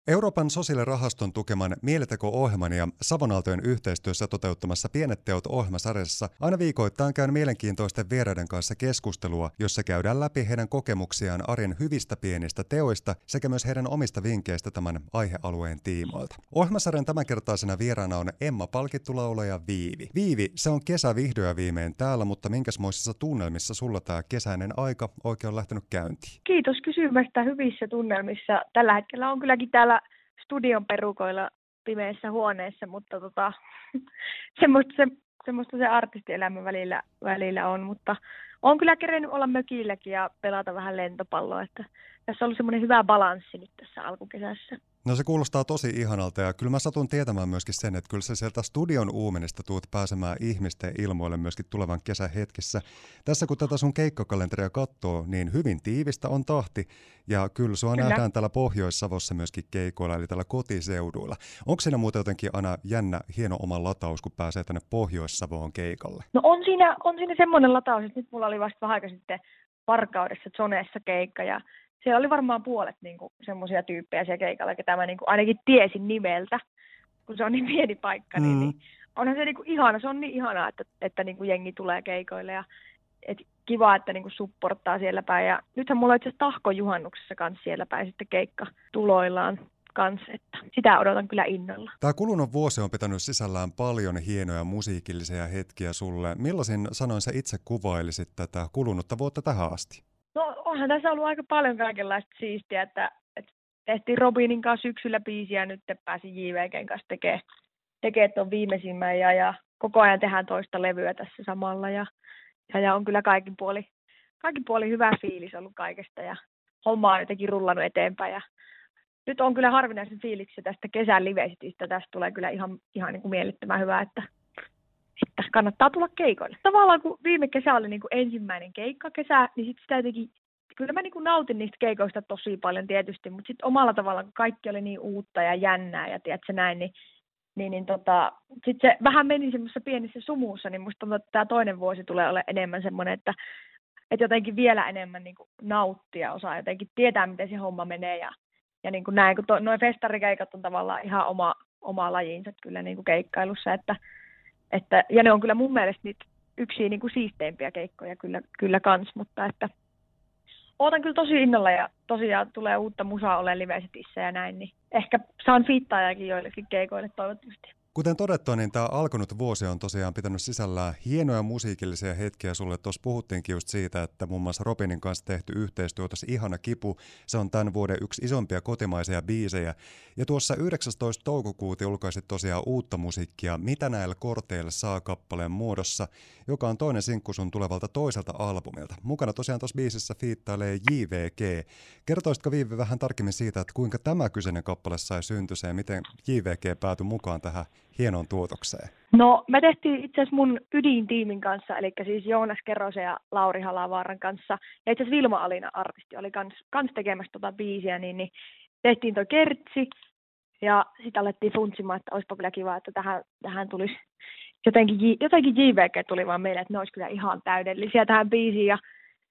Euroopan sosiaalirahaston tukeman Mieliteko-ohjelman ja Savonaltojen yhteistyössä toteuttamassa Pienet teot -ohjelmasarjassa aina viikoittain käyn mielenkiintoisten vieraiden kanssa keskustelua, jossa käydään läpi heidän kokemuksiaan arjen hyvistä pienistä teoista sekä myös heidän omista vinkkeistä tämän aihealueen tiimoilta. Ohjelmasarjan tämänkertaisena vieraana on Emma palkittu laulaja Viivi. Viivi, se on kesä vihdoin ja viimein täällä, mutta minkäsmoisissa tunnelmissa sulla tämä kesäinen aika oikein on lähtenyt käyntiin? Kiitos kysymästä, hyvissä tunnelmissa. Tällä hetkellä on kylläkin täällä studion perukoilla pimeässä huoneessa, mutta semmoista se artistielämä välillä on, mutta olen kyllä kerennyt olla mökilläkin ja pelata vähän lentopalloa, että tässä on ollut semmoinen hyvä balanssi nyt tässä alkukesässä. No se kuulostaa tosi ihanalta ja kyllä mä satun tietämään myöskin sen, että kyllä sä sieltä studion uumenista tuut pääsemään ihmisten ilmoille myöskin tulevan kesän hetkissä. Tässä kun tätä sun keikkakalenteria katsoo, niin hyvin tiivistä on tahti ja kyllä sua nähdään täällä Pohjois-Savossa myöskin keikoilla, eli täällä kotiseuduilla. Onko siinä muuten jotenkin aina jännä, hieno oma lataus, kun pääsee tänne Pohjois-Savoon keikalle? No on siinä semmoinen lataus, että nyt mulla oli vasta vähän aika sitten Varkaudessa Zonessa keikka ja siellä oli varmaan puolet niinku semmoisia tyyppejä siellä keikalla, ketä mä niinku ainakin tiesin nimeltä, kun se on niin pieni paikka. Niin onhan se niinku ihana, se on niin ihanaa, että niinku jengi tulee keikoille ja kiva, että niinku supporttaa siellä päin. Ja nythän mulla on itse asiassa Tahkon juhannuksessa kanssa siellä päin sitten keikka tuloillaan kanssa, että sitä odotan kyllä innolla. Tämä kulunut vuosi on pitänyt sisällään paljon hienoja musiikillisia hetkiä sulle. Millaisin sanoin sä itse kuvailisit tätä kulunutta vuotta tähän asti? No onhan tässä ollut aika paljon kaikenlaista siistiä, että tehtiin Robinin kanssa syksyllä biisiä ja nyt pääsin JVGn kanssa tekemään tuon viimeisimmän ja koko ajan tehdään toista levyä tässä samalla ja on kyllä kaikin puoli hyvä fiilis ollut kaikesta ja homma on jotenkin rullannut eteenpäin ja nyt on kyllä harvinaisen fiiliksi tästä kesän livesetistä, tästä tulee kyllä ihan niin kuin mielettömän hyvä, että kannattaa tulla keikoille. Tavallaan kun viime kesä oli niin kuin ensimmäinen keikkakesä, niin sitten sitä jotenkin, kyllä mä niin kuin nautin niistä keikoista tosi paljon tietysti, mutta sitten omalla tavallaan, kun kaikki oli niin uutta ja jännää ja tiedätkö näin, niin sitten se vähän meni semmoisessa pienissä sumussa, niin musta tuntuu, että tämä toinen vuosi tulee olla enemmän semmoinen, että jotenkin vielä enemmän niin kuin nauttia, osaa jotenkin tietää, miten se homma menee ja niin kuin näin, kun nuo festarikeikat on tavallaan ihan oma lajinsa kyllä niin kuin keikkailussa, ja ne on kyllä mun mielestä niitä yksiä niin kuin siisteimpiä keikkoja kyllä kans, mutta että ootan kyllä tosi innolla ja tosiaan tulee uutta musaa olemaan livesetissä ja näin, niin ehkä saan fiittaajakin joillekin keikoille toivottavasti. Kuten todettua, niin tämä alkanut vuosi on tosiaan pitänyt sisällään hienoja musiikillisia hetkiä sulle. Tuossa puhuttiinkin just siitä, että muun muassa Robinin kanssa tehty yhteistyö, tuossa Ihana kipu, se on tämän vuoden yksi isompia kotimaisia biisejä. Ja tuossa 19. toukokuuta julkaisit tosiaan uutta musiikkia Mitä näillä korteilla saa -kappaleen muodossa, joka on toinen sinkku sun tulevalta toiselta albumilta. Mukana tosiaan tuossa biisissä fiittailee JVG. Kertoisitko Viivi vähän tarkemmin siitä, että kuinka tämä kyseinen kappale sai syntyä ja miten JVG päätyi mukaan tähän hienoon tuotokseen? No me tehtiin itse asiassa mun ydintiimin kanssa, eli siis Joonas Kerosen ja Lauri Halavaaran kanssa. Ja itse asiassa Vilma Alina artisti oli kans tekemässä tota biisiä, niin tehtiin toi kertsi. Ja sitten alettiin funtsimaan, että olisipa kyllä kiva, että tähän tulisi jotenkin JVG tuli vaan meille, että ne olisi kyllä ihan täydellisiä tähän biisiin. Ja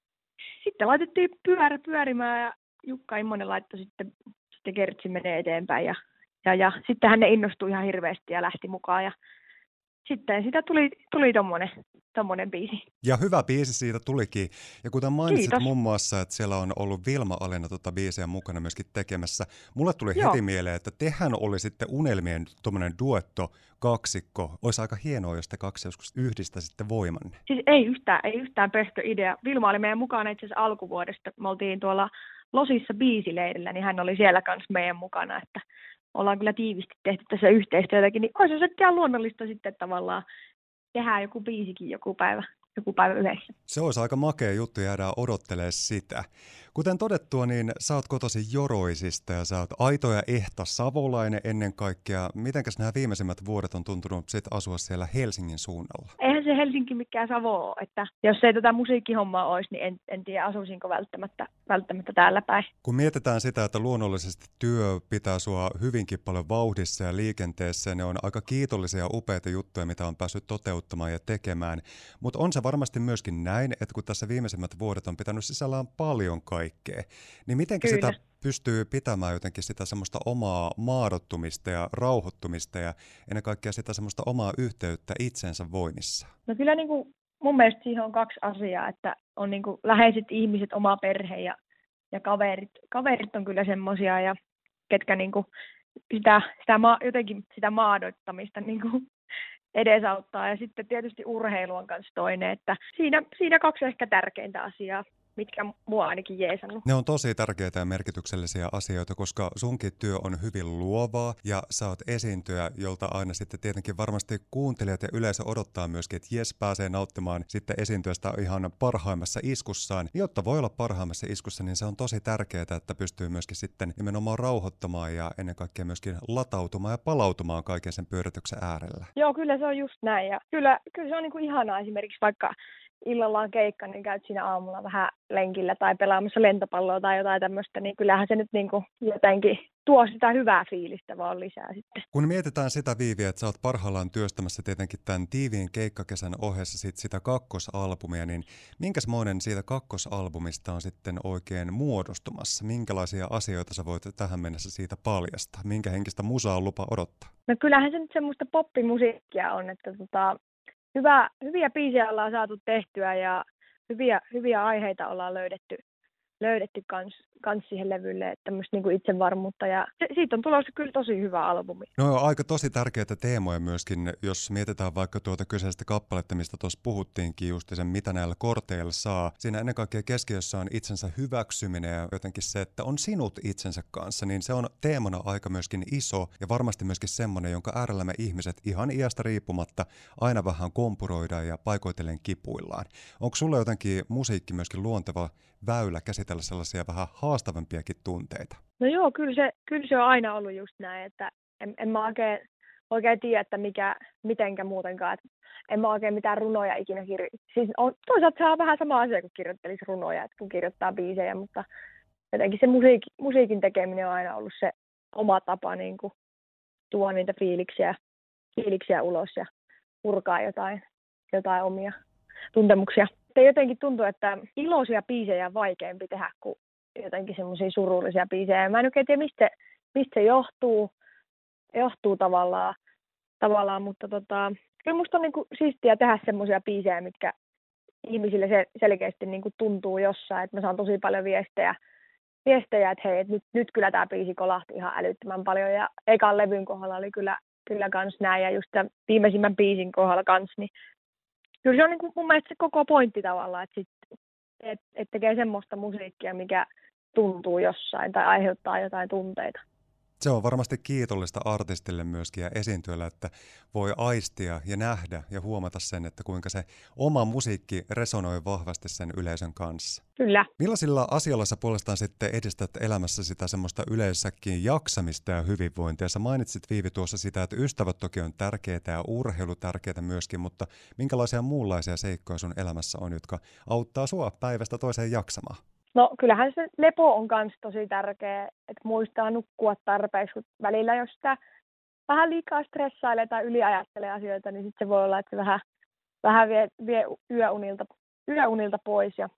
sitten laitettiin pyörä pyörimään ja Jukka Immonen laittoi sitten kertsi menee eteenpäin ja sittenhän ne innostui ihan hirveästi ja lähti mukaan ja sitten siitä tuli tommonen biisi. Ja hyvä biisi siitä tulikin. Ja kuten mainitsit Kiitos. muun muassa, että siellä on ollut Vilma Alina biisiä mukana myöskin tekemässä. Mulle tuli heti mieleen, että tehän olisitte unelmien tommonen duetto kaksikko. Olisi aika hienoa, jos te kaksi joskus yhdistäisitte voimanne. Siis ei yhtään pöhkö idea. Vilma oli meidän mukana itse asiassa alkuvuodesta. Me oltiin tuolla Losissa biisileirillä, niin hän oli siellä kanssa meidän mukana, että ollaan kyllä tiivisti tehty tässä yhteistyötäkin, niin olisi se ihan luonnollista sitten tavallaan tehdään joku biisikin joku päivä yhdessä. Se olisi aika makea juttu, jäädään odottelemaan sitä. Kuten todettua, niin sä oot kotoisin Joroisista ja sä oot aito ja ehta savolainen ennen kaikkea. Mitenkäs nämä viimeisimmät vuodet on tuntunut sit asua siellä Helsingin suunnalla? Eihän se Helsinki mikään Savo ole, että jos ei tätä musiikkihommaa olisi, niin en tiedä asuisinko välttämättä täällä päin. Kun mietitään sitä, että luonnollisesti työ pitää sua hyvinkin paljon vauhdissa ja liikenteessä, ne on aika kiitollisia ja upeita juttuja, mitä on päässyt toteuttamaan ja tekemään. Mutta on se varmasti myöskin näin, että kun tässä viimeisimmät vuodet on pitänyt sisällään paljon kaikkea, niin mitenkä sitä pystyy pitämään jotenkin sitä semmoista omaa maadottumista ja rauhoittumista ja ennen kaikkea sitä semmoista omaa yhteyttä itsensä voimissa? No kyllä niin kuin, mun mielestä siihen on kaksi asiaa, että on niin kuin läheiset ihmiset, oma perhe ja kaverit. Kaverit on kyllä semmoisia, ja ketkä niin kuin jotenkin sitä maadottamista niin kuin edesauttaa. Ja sitten tietysti urheilu on kanssa toinen, että siinä kaksi ehkä tärkeintä asiaa, mitkä mua ainakin jeesannut. Ne on tosi tärkeitä ja merkityksellisiä asioita, koska sunkin työ on hyvin luovaa ja sä oot esiintyjä, jolta aina sitten tietenkin varmasti kuuntelijat ja yleisö odottaa myöskin, että jes pääsee nauttimaan sitten esiintyöstä ihan parhaimmassa iskussaan. Jotta voi olla parhaimmassa iskussa, niin se on tosi tärkeää, että pystyy myöskin sitten nimenomaan rauhoittamaan ja ennen kaikkea myöskin latautumaan ja palautumaan kaiken sen pyörityksen äärellä. Joo, kyllä se on just näin, ja kyllä se on niin kuin ihanaa esimerkiksi vaikka illalla on keikka, niin käyt siinä aamulla vähän lenkillä tai pelaamassa lentopalloa tai jotain tämmöistä, niin kyllähän se nyt niin kuin jotenkin tuo sitä hyvää fiilistä vaan lisää sitten. Kun mietitään sitä, Viivi, että sä oot parhaillaan työstämässä tietenkin tämän tiiviin keikkakesän ohessa sitä kakkosalbumia, niin minkäsmoinen siitä kakkosalbumista on sitten oikein muodostumassa? Minkälaisia asioita sä voit tähän mennessä siitä paljastaa? Minkä henkistä musaa on lupa odottaa? No kyllähän se nyt semmoista poppimusiikkia on, että hyviä biisejä ollaan saatu tehtyä ja hyviä aiheita ollaan löydetty kans siihen levylle, että tämmöistä niinku itsevarmuutta, ja siitä on tulossa kyllä tosi hyvä albumi. No on aika tosi tärkeitä teemoja myöskin, jos mietitään vaikka tuota kyseistä kappaletta, mistä tuossa puhuttiinkin just sen, mitä näillä korteilla saa. Siinä ennen kaikkea keskiössä on itsensä hyväksyminen ja jotenkin se, että on sinut itsensä kanssa, niin se on teemana aika myöskin iso ja varmasti myöskin semmoinen, jonka äärellä me ihmiset ihan iästä riippumatta aina vähän kompuroidaan ja paikoitellen kipuillaan. Onko sulla jotenkin musiikki myöskin luonteva väylä käsitellä sellaisia vähän haastavampiakin tunteita? No joo, kyllä se on aina ollut just näin, että en mä oikein tiedä, että mitenkä muutenkaan, että en mä oikein mitään runoja ikinä siis toisaalta se on vähän sama asia, kun kirjoittelisi runoja, että kun kirjoittaa biisejä, mutta jotenkin se musiikin tekeminen on aina ollut se oma tapa niin kuin tuoda niitä fiiliksiä ulos ja purkaa jotain omia tuntemuksia. Se jotenkin tuntuu, että iloisia biisejä on vaikeampi tehdä kuin jotenkin semmoisia surullisia biisejä. Mä en oikein tiedä, mistä se johtuu tavallaan, mutta kyllä musta on niinku siistiä tehdä semmoisia biisejä, mitkä ihmisille selkeästi niinku tuntuu jossain. Et mä saan tosi paljon viestejä, että hei, et nyt kyllä tämä biisi kolahti ihan älyttömän paljon. Ja ekan levyn kohdalla oli kyllä kans näin, ja just tämän viimeisimmän biisin kohdalla kans, niin kyllä se on niin mun mielestä se koko pointti tavallaan, että tekee semmoista musiikkia, mikä tuntuu jossain tai aiheuttaa jotain tunteita. Se on varmasti kiitollista artistille myöskin ja esiintyjällä, että voi aistia ja nähdä ja huomata sen, että kuinka se oma musiikki resonoi vahvasti sen yleisön kanssa. Kyllä. Millaisilla asioilla sä puolestaan sitten edistät elämässä sitä semmoista yleissäkin jaksamista ja hyvinvointia? Sä mainitsit, Viivi, tuossa sitä, että ystävät toki on tärkeitä ja urheilu tärkeitä myöskin, mutta minkälaisia muunlaisia seikkoja sun elämässä on, jotka auttaa sua päivästä toiseen jaksamaan? No kyllähän se lepo on myös tosi tärkeä, että muistaa nukkua tarpeeksi, kun välillä jos sitä vähän liikaa stressailee tai yliajattelee asioita, niin sitten se voi olla, että se vähän vie yöunilta pois. Ja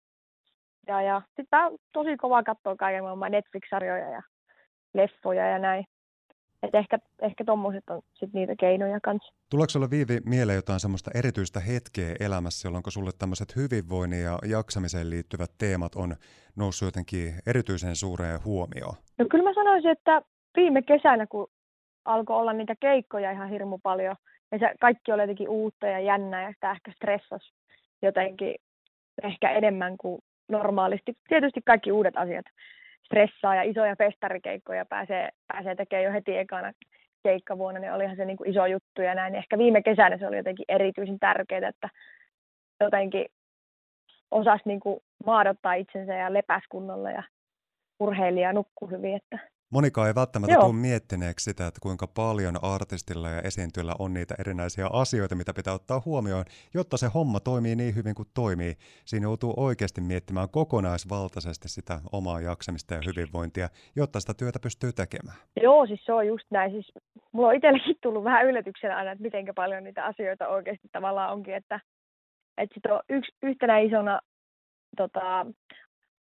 sitten on tosi kova katsoa kaiken maailman Netflix-sarjoja ja leffoja ja näin. Että ehkä tommoset on sit niitä keinoja kanssa. Tuleeko sulle, Viivi, mieleen jotain semmoista erityistä hetkeä elämässä, jolloin sulle tämmöiset hyvinvoinnin ja jaksamiseen liittyvät teemat on noussut jotenkin erityisen suureen huomioon? No kyllä mä sanoisin, että viime kesänä, kun alkoi olla niitä keikkoja ihan hirmu paljon, ja se kaikki oli jotenkin uutta ja jännää, ja sitä ehkä stressasi jotenkin ehkä enemmän kuin normaalisti. Tietysti kaikki uudet asiat stressaa, ja isoja festarikeikkoja pääsee tekemään jo heti ekana keikkavuonna, niin olihan se niin kuin iso juttu ja näin. Ehkä viime kesänä se oli jotenkin erityisen tärkeää, että jotenkin osasi niin kuin maadottaa itsensä ja lepäsi kunnolla ja urheilija nukkui hyvin. Että Monikaan ei välttämättä tule miettineeksi sitä, että kuinka paljon artistilla ja esiintyjällä on niitä erinäisiä asioita, mitä pitää ottaa huomioon, jotta se homma toimii niin hyvin kuin toimii. Siinä joutuu oikeasti miettimään kokonaisvaltaisesti sitä omaa jaksamista ja hyvinvointia, jotta sitä työtä pystyy tekemään. Joo, siis se on just näin. Siis mulla on itsellekin tullut vähän yllätyksenä aina, että miten paljon niitä asioita oikeasti tavallaan onkin, että sit on yhtenä isona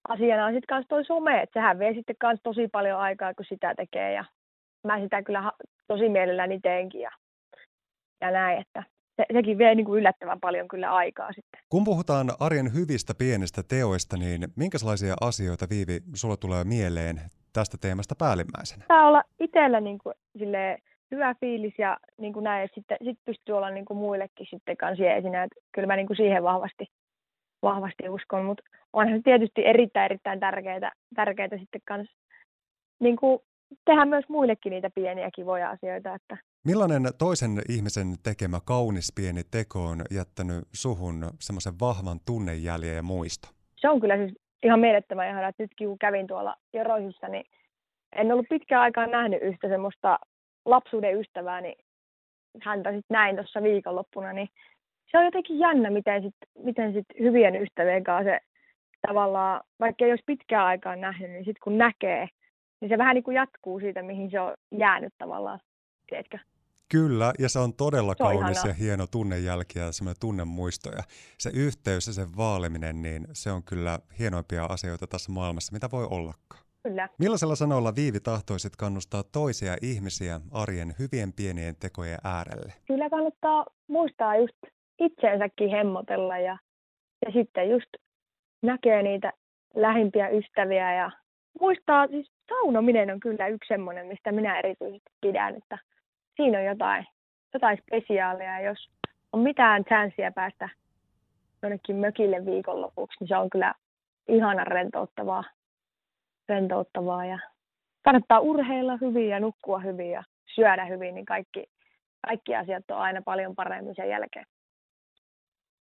asiana on sitten kanssa toi some, että sehän vie sitten kanssa tosi paljon aikaa, kun sitä tekee ja mä sitä kyllä tosi mielelläni teenkin ja näin, että sekin vie niin kuin yllättävän paljon kyllä aikaa sitten. Kun puhutaan arjen hyvistä pienistä teoista, niin minkälaisia asioita, Viivi, sulla tulee mieleen tästä teemasta päällimmäisenä? Saa olla itsellä niin kuin hyvä fiilis ja niin kuin näin, että sitten pystyy olla niin kuin muillekin sitten kanssa jeesinä, että kyllä mä niin kuin siihen vahvasti uskon, mutta onhan se tietysti erittäin tärkeää sitten kanssa niin kuin tehdä myös muillekin niitä pieniä kivoja asioita. Että Millainen toisen ihmisen tekemä kaunis pieni teko on jättänyt suhun semmoisen vahvan tunnejäljen ja muisto? Se on kyllä siis ihan mielettömän ihana, että nytkin kun kävin tuolla Joroisissa, niin en ollut pitkään aikaan nähnyt yhtä semmoista lapsuuden ystävää, niin häntä sitten näin tuossa viikonloppuna, niin se on jotenkin jännä, miten sit hyvien ystävien kanssa se tavallaan, vaikka ei olisi pitkään aikaan nähnyt, niin sitten kun näkee, niin se vähän niin kuin jatkuu siitä, mihin se on jäänyt tavallaan, tiedätkö? Kyllä, ja se on todella Se on kaunis ihanaa. ja hieno tunnejälki ja semmoinen tunnemuisto. Ja se yhteys ja sen vaaliminen, niin se on kyllä hienoimpia asioita tässä maailmassa, mitä voi ollakaan. Kyllä. Millaisella sanoilla, Viivi, tahtoisit kannustaa toisia ihmisiä arjen hyvien pienien tekojen äärelle? Kyllä kannattaa muistaa just itseensäkin hemmotella ja sitten just näkee niitä lähimpiä ystäviä ja muistaa, siis saunominen on kyllä yksi semmoinen, mistä minä erityisesti pidän, että siinä on jotain spesiaalia ja jos on mitään chanssiä päästä jonnekin mökille viikonlopuksi, niin se on kyllä ihana rentouttavaa ja kannattaa urheilla hyvin ja nukkua hyvin ja syödä hyvin, niin kaikki asiat on aina paljon paremmin sen jälkeen.